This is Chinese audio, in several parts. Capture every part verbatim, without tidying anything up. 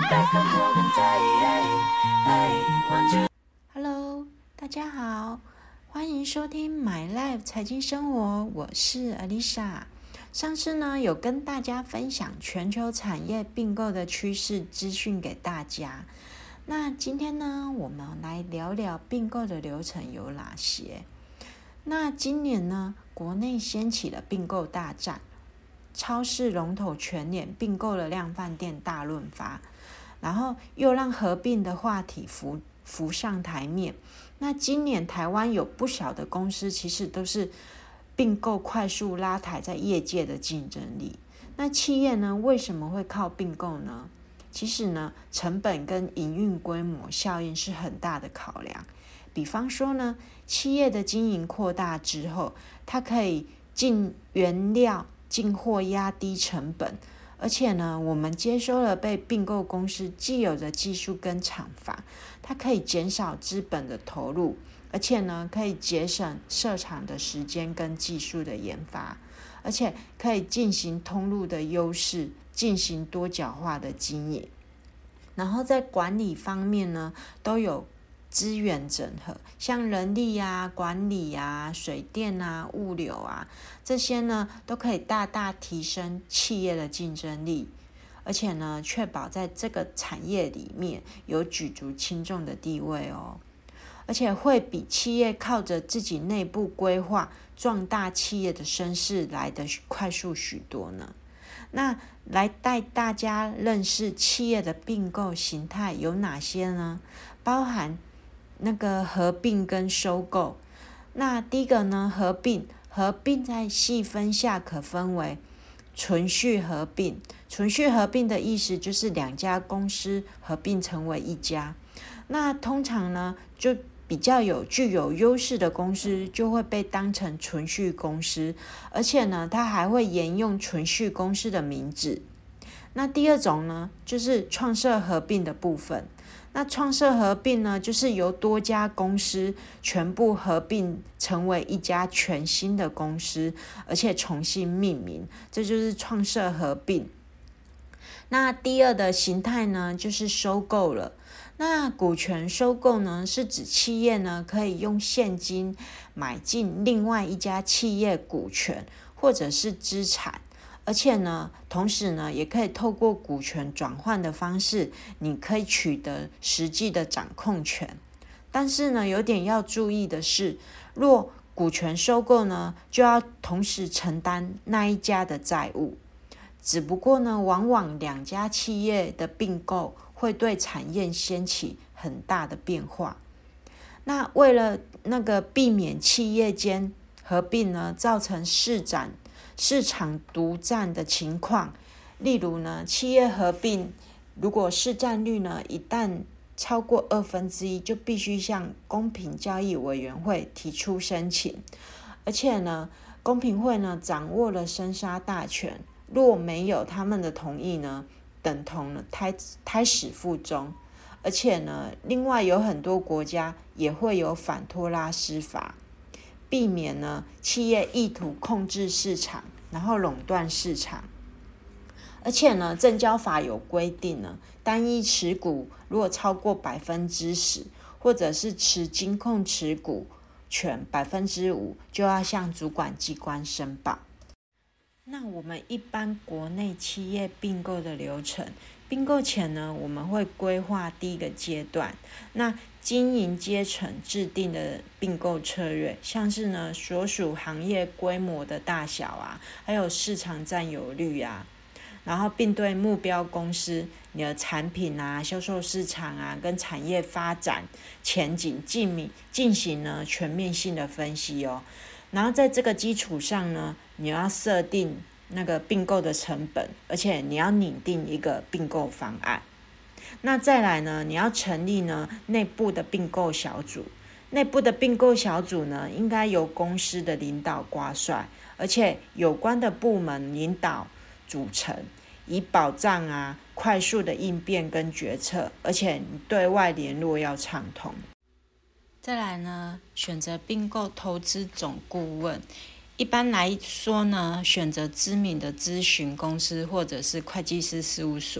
Hello， 大家好，欢迎收听 My Life 财经生活，我是 Alisa。上次呢有跟大家分享全球产业并购的趋势资讯给大家。那今天呢，我们来聊聊并购的流程有哪些。那今年呢，国内掀起了并购大战，超市龙头全联并购了量贩店大润发，然后又让合并的话题浮浮上台面。那今年台湾有不少的公司其实都是并购快速拉抬在业界的竞争力。那企业呢，为什么会靠并购呢？其实呢，成本跟营运规模效应是很大的考量。比方说呢，企业的经营扩大之后，它可以进原料、进货压低成本，而且呢，我们接收了被并购公司既有的技术跟厂房，它可以减少资本的投入，而且呢，可以节省设厂的时间跟技术的研发，而且可以进行通路的优势，进行多角化的经营。然后在管理方面呢，都有资源整合，像人力啊、管理啊、水电啊、物流啊，这些呢都可以大大提升企业的竞争力，而且呢，确保在这个产业里面有举足轻重的地位哦。而且会比企业靠着自己内部规划壮大企业的声势来得快速许多呢。那来带大家认识企业的并购形态有哪些呢？包含那个合并跟收购。那第一个呢，合并，合并在细分下可分为存续合并。存续合并的意思就是两家公司合并成为一家。那通常呢，就比较有具有优势的公司就会被当成存续公司，而且呢，它还会沿用存续公司的名字。那第二种呢，就是创设合并的部分。那创设合并呢，就是由多家公司全部合并成为一家全新的公司，而且重新命名，这就是创设合并。那第二的形态呢，就是收购了。那股权收购呢，是指企业呢可以用现金买进另外一家企业股权或者是资产，而且呢，同时呢，也可以透过股权转换的方式，你可以取得实际的掌控权。但是呢，有点要注意的是，若股权收购呢，就要同时承担那一家的债务。只不过呢，往往两家企业的并购会对产业掀起很大的变化。那为了那个避免企业间合并呢，造成市场市场独占的情况，例如呢，企业合并如果市占率呢一旦超过二分之一，就必须向公平交易委员会提出申请，而且呢，公平会呢掌握了生杀大权。若没有他们的同意呢，等同了胎胎死腹中。而且呢，另外有很多国家也会有反托拉斯法，避免呢企业意图控制市场，然后垄断市场。而且呢，证交法有规定呢，单一持股如果超过百分之十，或者是持金控持股权百分之五，就要向主管机关申报。那我们一般国内企业并购的流程，并购前呢，我们会规划第一个阶段，那经营阶层制定的并购策略，像是呢所属行业规模的大小啊，还有市场占有率啊，然后并对目标公司你的产品啊、销售市场啊跟产业发展前景进进行呢全面性的分析哦。然后在这个基础上呢，你要设定那个并购的成本，而且你要拟定一个并购方案。那再来呢，你要成立呢内部的并购小组。内部的并购小组呢，应该由公司的领导挂帅，而且有关的部门领导组成，以保障啊快速的应变跟决策，而且你对外联络要畅通。再来呢，选择并购投资总顾问。一般来说呢，选择知名的咨询公司或者是会计师事务所，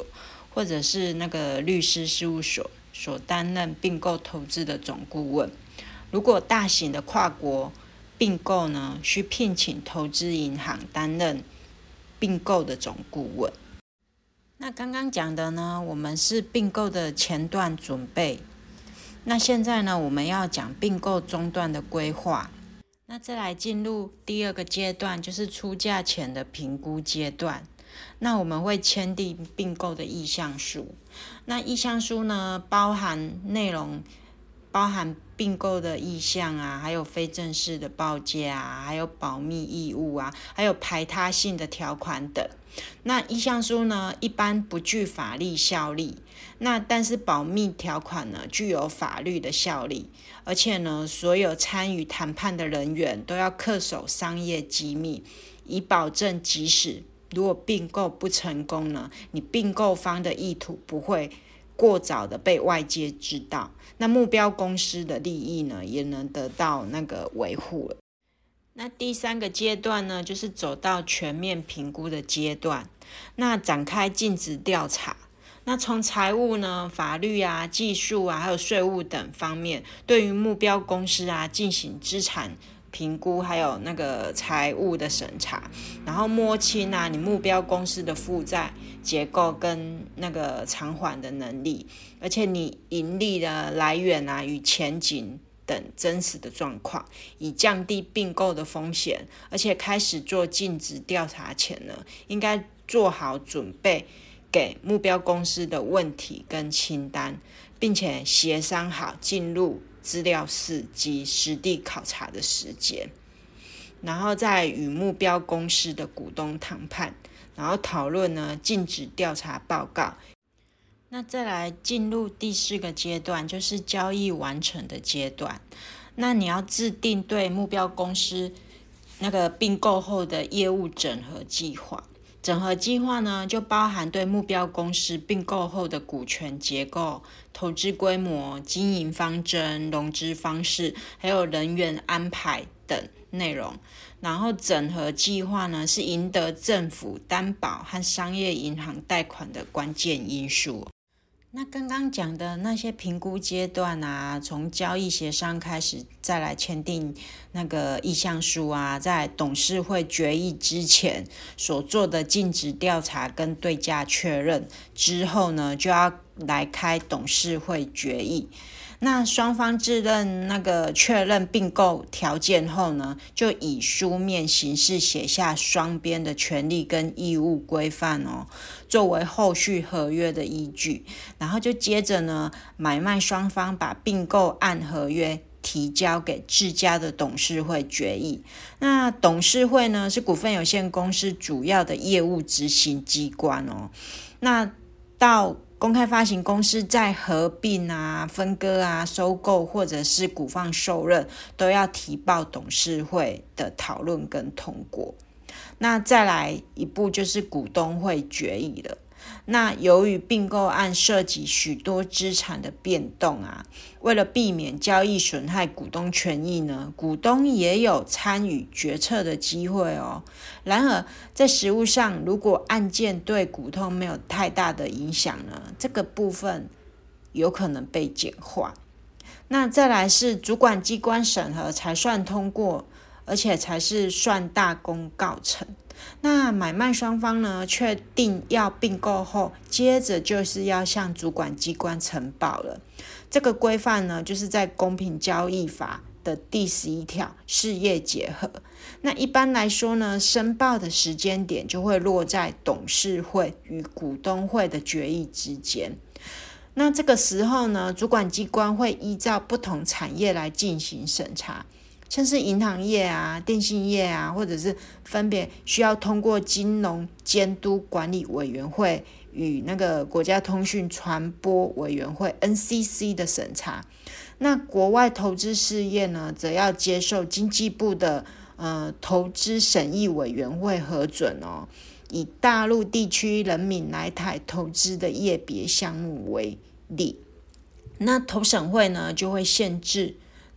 或者是那个律师事务所所担任并购投资的总顾问。如果大型的跨国并购呢，需聘请投资银行担任并购的总顾问。那刚刚讲的呢，我们是并购的前段准备。那现在呢，我们要讲并购中段的规划。那再来进入第二个阶段，就是出价前的评估阶段。那我们会签订并购的意向书。那意向书呢，包含内容，包含并购的意向啊，还有非正式的报价啊，还有保密义务啊，还有排他性的条款等。那意向书呢，一般不具法律效力，那但是保密条款呢，具有法律的效力，而且呢，所有参与谈判的人员都要恪守商业机密，以保证即使如果并购不成功呢，你并购方的意图不会过早的被外界知道，那目标公司的利益呢，也能得到那个维护了。那第三个阶段呢，就是走到全面评估的阶段，那展开尽职调查。那从财务呢、法律啊、技术啊，还有税务等方面，对于目标公司啊进行资产评估，还有那个财务的审查，然后摸清啊你目标公司的负债结构跟那个偿还的能力，而且你盈利的来源啊与前景等真实的状况，以降低并购的风险。而且开始做尽职调查前呢，应该做好准备给目标公司的问题跟清单，并且协商好进入资料室及实地考察的时间，然后再与目标公司的股东谈判，然后讨论呢尽职调查报告。那再来进入第四个阶段，就是交易完成的阶段。那你要制定对目标公司那个并购后的业务整合计划。整合计划呢，就包含对目标公司并购后的股权结构、投资规模、经营方针、融资方式，还有人员安排等内容。然后整合计划呢，是赢得政府担保和商业银行贷款的关键因素。那刚刚讲的那些评估阶段啊，从交易协商开始，再来签订那个意向书啊，在董事会决议之前所做的尽职调查跟对价确认之后呢，就要来开董事会决议。那双方自认那个确认并购条件后呢，就以书面形式写下双边的权利跟义务规范哦，作为后续合约的依据。然后就接着呢，买卖双方把并购案合约提交给自家的董事会决议。那董事会呢，是股份有限公司主要的业务执行机关哦。那到公开发行公司在合并啊、分割啊、收购或者是股放受任，都要提报董事会的讨论跟通过。那再来一步就是股东会决议了。那由于并购案涉及许多资产的变动啊，为了避免交易损害股东权益呢，股东也有参与决策的机会哦。然而在实务上，如果案件对股东没有太大的影响呢，这个部分有可能被简化。那再来是主管机关审核才算通过，而且才是算大功告成。那买卖双方呢，确定要并购后，接着就是要向主管机关呈报了。这个规范呢，就是在公平交易法的第十一条事业结合。那一般来说呢，申报的时间点就会落在董事会与股东会的决议之间。那这个时候呢，主管机关会依照不同产业来进行审查，像是银行业啊、电信业啊，或者是分别需要通过金融监督管理委员会与那个国家通讯传播委员会 N C C 的审查。那国外投资事业呢，则要接受经济部的呃投资审议委员会核准哦，以大陆地区人民来台投资的业别项目为例。那投审会呢，就会限制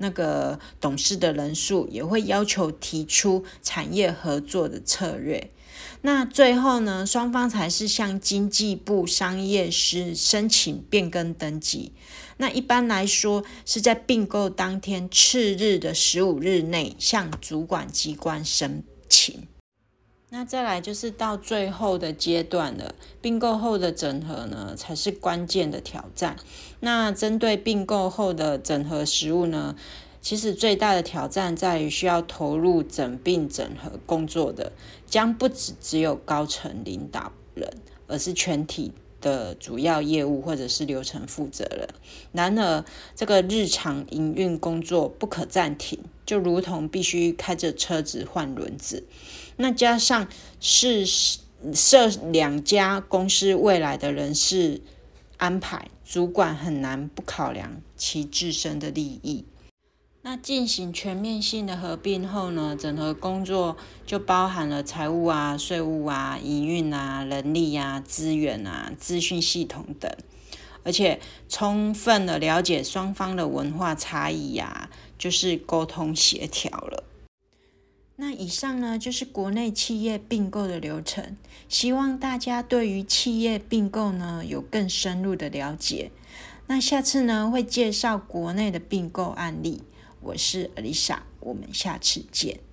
那个董事的人数，也会要求提出产业合作的策略。那最后呢，双方才是向经济部商业司申请变更登记。那一般来说是在并购当天次日的十五日内向主管机关申请。那再来就是到最后的阶段了，并购后的整合呢才是关键的挑战。那针对并购后的整合实务呢，其实最大的挑战在于需要投入整并整合工作的，将不只只有高层领导人，而是全体的主要业务或者是流程负责人。然而，这个日常营运工作不可暂停，就如同必须开着车子换轮子。那加上是设两家公司未来的人事安排，主管很难不考量其自身的利益。那进行全面性的合并后呢，整合工作就包含了财务啊、税务啊、营运啊、人力啊、资源啊、资讯系统等，而且充分的了解双方的文化差异啊，就是沟通协调了。那以上呢，就是国内企业并购的流程，希望大家对于企业并购呢有更深入的了解。那下次呢会介绍国内的并购案例。我是 Alisa， 我们下次见。